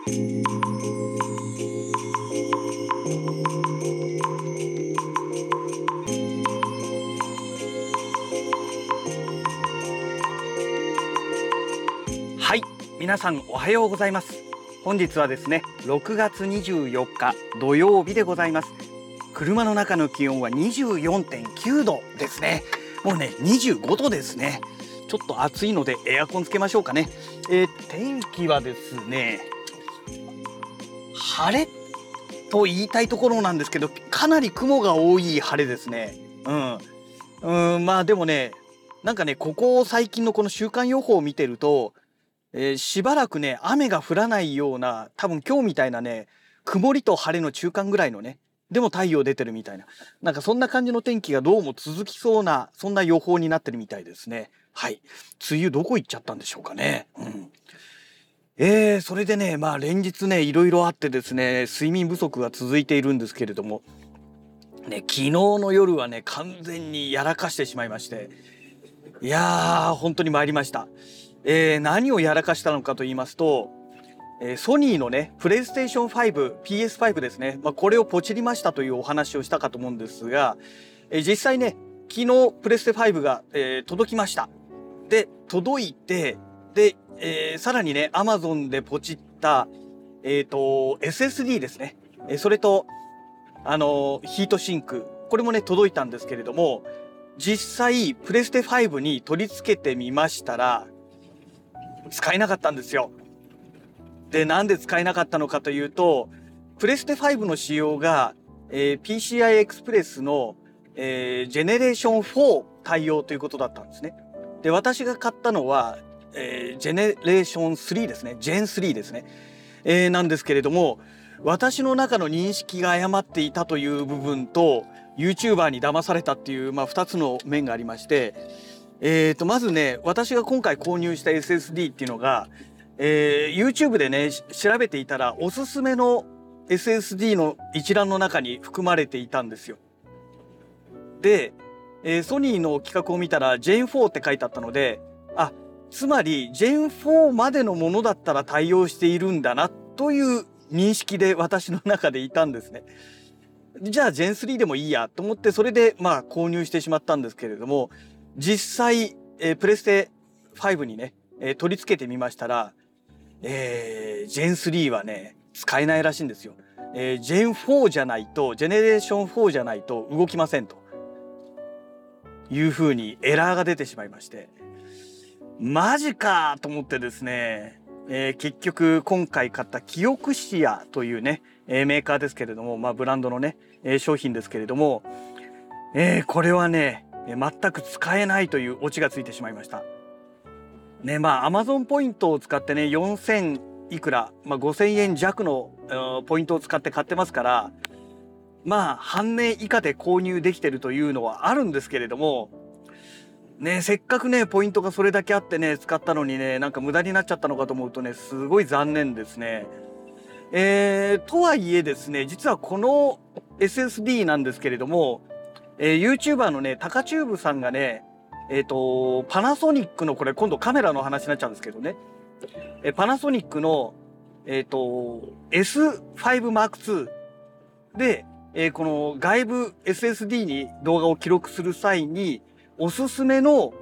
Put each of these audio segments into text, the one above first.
はい、皆さんおはようございます。本日はですね、6月24日土曜日でございます。車の中の気温は 24.9 度ですね。もうね、25度ですね。ちょっと暑いのでエアコンつけましょうかね。天気はですね、晴れと言いたいところなんですけど、かなり雲が多い晴れですね。まあでもね、なんかね、ここ最近のこの週間予報を見てると、しばらくね、雨が降らないような、多分今日みたいなね、曇りと晴れの中間ぐらいのね、でも太陽出てるみたいな、なんかそんな感じの天気がどうも続きそうな、そんな予報になってるみたいですね。はい。梅雨どこ行っちゃったんでしょうかね。それでね、まあ連日ね、いろいろあってですね、睡眠不足が続いているんですけれども、ね、昨日の夜はね、完全にやらかしてしまいまして、いやー、本当に参りました。何をやらかしたのかと言いますと、ソニーのね、プレイステーション5、PS5 ですね。まあ、これをポチりましたというお話をしたかと思うんですが、実際ね、昨日プレステ5が、届きました。で、届いて、で、さらにね、Amazon でポチった、SSD ですね。それと、ヒートシンク。これもね、届いたんですけれども、実際、プレステ5に取り付けてみましたら、使えなかったんですよ。で、なんで使えなかったのかというと、プレステ5の仕様が、PCI Express の、ジェネレーション4対応ということだったんですね。で、私が買ったのは、ジェネレーション3ですね。ジェン3ですね。なんですけれども、私の中の認識が誤っていたという部分と、YouTuber に騙されたっていう、まあ、2つの面がありまして、まずね、私が今回購入した SSD っていうのが、YouTube でね、調べていたら、おすすめの SSD の一覧の中に含まれていたんですよ。で、ソニーの企画を見たら Gen4 って書いてあったので、あ、つまり Gen4 までのものだったら対応しているんだなという認識で私の中でいたんですね。じゃあ Gen3 でもいいやと思って、それでまあ購入してしまったんですけれども、実際、プレステ5にね、取り付けてみましたら、Gen3 はね、使えないらしいんですよ。Gen4 じゃないと、ジェネレーション4じゃないと動きませんというふうにエラーが出てしまいまして、マジかと思ってですね、結局今回買ったキオクシアというね、メーカーですけれども、まあブランドのね、商品ですけれども、これはね、全く使えないというオチがついてしまいました。ね、まあ Amazon ポイントを使ってね、4000いくら、まあ5000円弱のポイントを使って買ってますから、まあ半値以下で購入できてるというのはあるんですけれども、ね、せっかくね、ポイントがそれだけあってね、使ったのにね、なんか無駄になっちゃったのかと思うとね、すごい残念ですね。とはいえですね、実はこの SSD なんですけれども、YouTuber のね、タカチューブさんがね、パナソニックのこれ今度カメラの話になっちゃうんですけどね、パナソニックの、S5 Mark II で、この外部 SSD に動画を記録する際に、おすすめの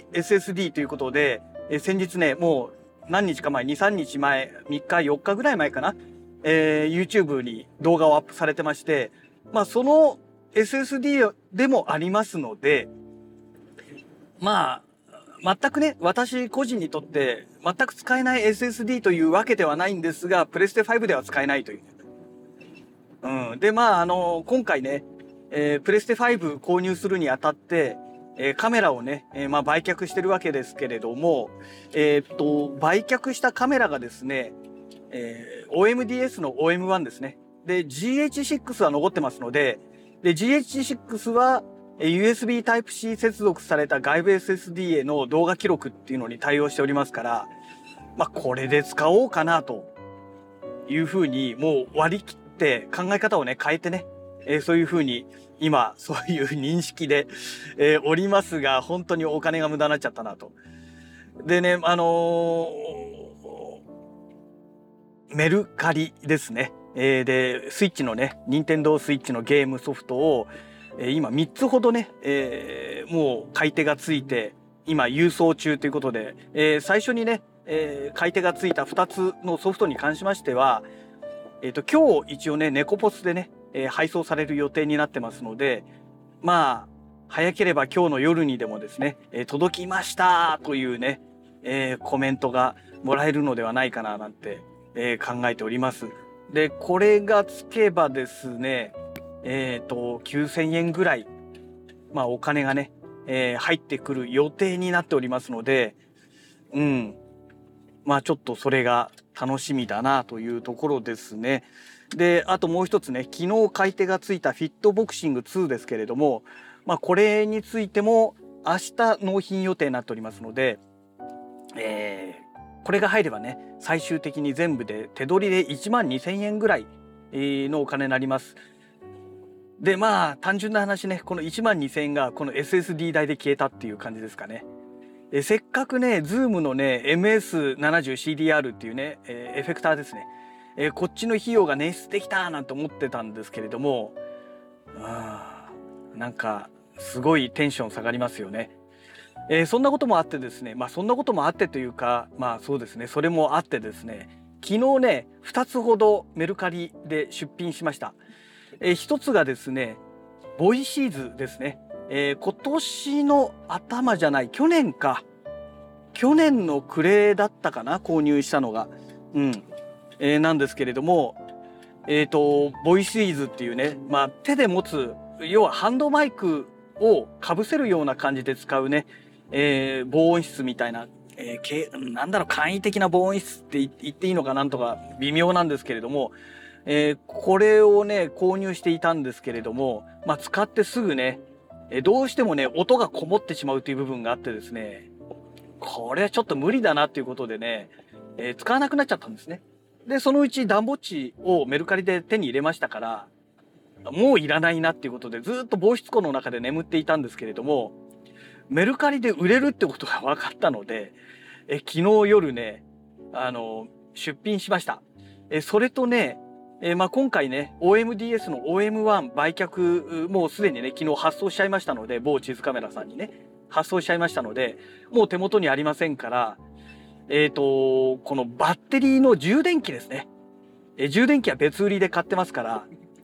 SSD ということで、先日ね、もう何日か前、2、3日前、3日、4日ぐらい前かな、YouTube に動画をアップされてまして、まあその SSD でもありますので、まあ、全くね、私個人にとって全く使えない SSD というわけではないんですが、プレステ5では使えないという。で、まあ、今回ね、プレステ5購入するにあたって、カメラをね、まあ、売却してるわけですけれども、売却したカメラがですね、OMDS の OM1 ですね。で、GH6 は残ってますので、で、GH6 は、USB Type-C 接続された外部 SSD への動画記録っていうのに対応しておりますから、まあ、これで使おうかなというふうに、もう割り切って考え方をね、変えてね、そういうふうに、今、そういう認識で、おりますが、本当にお金が無駄になっちゃったなと。でね、 メルカリですね。でスイッチのね任天堂スイッチのゲームソフトを、今3つほどね、もう買い手がついて今郵送中ということで、最初にね、買い手がついた2つのソフトに関しましては、今日一応ねネコポスでね、配送される予定になってますので、まあ早ければ今日の夜にでもですね、届きましたというね、コメントがもらえるのではないかななんて、考えております。でこれがつけばですね、9,000円ぐらい、お金がね、入ってくる予定になっておりますので、ちょっとそれが楽しみだなというところですね。であともう一つね、昨日買い手がついたフィットボクシング2ですけれども、これについても明日納品予定になっておりますので、これが入ればね最終的に全部で手取りで12,000円ぐらいのお金になります。で単純な話ね、この12,000円がこの SSD 代で消えたっていう感じですかね。せっかくね Zoom のね MS70CDR っていうね、エフェクターですね、こっちの費用が捻出できたなんて思ってたんですけれども、なんかすごいテンション下がりますよね。そんなこともあってですね、そんなこともあってというか、そうですね、それもあってですね、昨日ね2つほどメルカリで出品しました。一つがですねボイシーズですね。今年の頭じゃない、去年の暮れだったかな、購入したのが、なんですけれども、ボイシーズっていうね、手で持つ、要はハンドマイクをかぶせるような感じで使うね、防音室みたいな、簡易的な防音室って言っていいのかなんとか微妙なんですけれども、これをね購入していたんですけれども、使ってすぐねどうしてもね音がこもってしまうという部分があってですね、これはちょっと無理だなということでね、使わなくなっちゃったんですね。でそのうちダンボッチをメルカリで手に入れましたから、もういらないなっていうことでずっと防湿庫の中で眠っていたんですけれども、メルカリで売れるってことが分かったので、昨日夜ね出品しました。それとね、今回ね OMDS の OM1 売却もうすでにね昨日発送しちゃいましたので、某地図カメラさんにね発送しちゃいましたので、もう手元にありませんから、このバッテリーの充電器ですね、充電器は別売りで買ってますから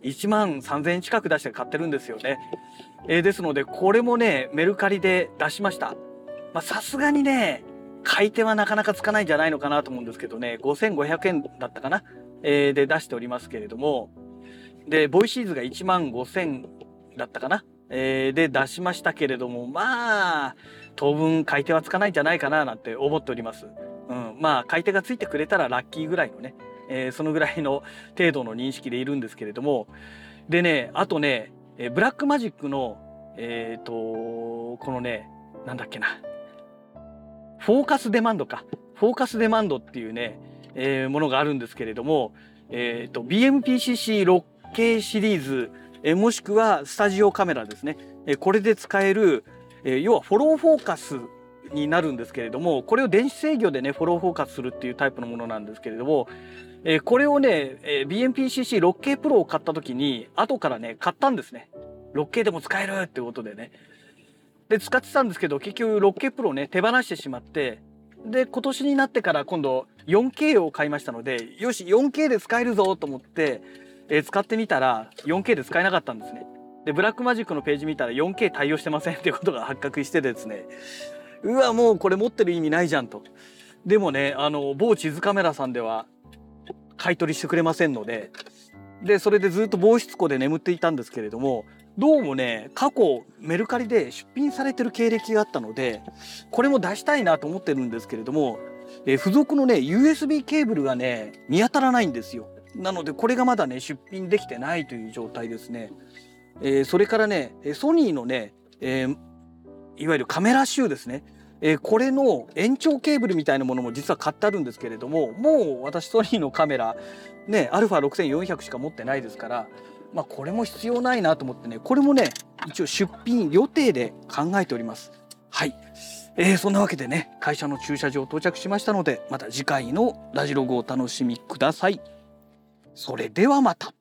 13,000円近く出して買ってるんですよね。ですのでこれもねメルカリで出しました。さすがにね買い手はなかなかつかないんじゃないのかなと思うんですけどね、5,500円だったかな、で出しておりますけれども、でボイシーズが15,000だったかな、で出しましたけれども、当分買い手はつかないんじゃないかななんて思っております。買い手がついてくれたらラッキーぐらいのね、そのぐらいの程度の認識でいるんですけれども、でねあとねブラックマジックのこのねなんだっけな、フォーカスデマンドっていうね、ものがあるんですけれども、BMPCC6K シリーズ、もしくはスタジオカメラですね、これで使える、要はフォローフォーカスになるんですけれども、これを電子制御でねフォローフォーカスするっていうタイプのものなんですけれども、これをね、BMPCC6K プロを買った時に後からね買ったんですね。 6K でも使えるってことでね、で使ってたんですけど結局 6K プロをね手放してしまって、で今年になってから今度 4K を買いましたので、よし 4K で使えるぞと思って、使ってみたら 4K で使えなかったんですね。でブラックマジックのページ見たら 4K 対応してませんっていうことが発覚してですね、もうこれ持ってる意味ないじゃんと。でもね某地図カメラさんでは買い取りしてくれませんので、それでずっと防湿庫で眠っていたんですけれども、どうもね過去メルカリで出品されてる経歴があったので、これも出したいなと思ってるんですけれども、付属のね USB ケーブルがね見当たらないんですよ。なのでこれがまだね出品できてないという状態ですね。それからねソニーのね、いわゆるカメラシューですね、これの延長ケーブルみたいなものも実は買ってあるんですけれども、もう私ソニーのカメラね α6400 しか持ってないですから、これも必要ないなと思ってね、これもね一応出品予定で考えております。はい、 そんなわけでね、会社の駐車場到着しましたので、また次回のラジログをお楽しみください。それではまた。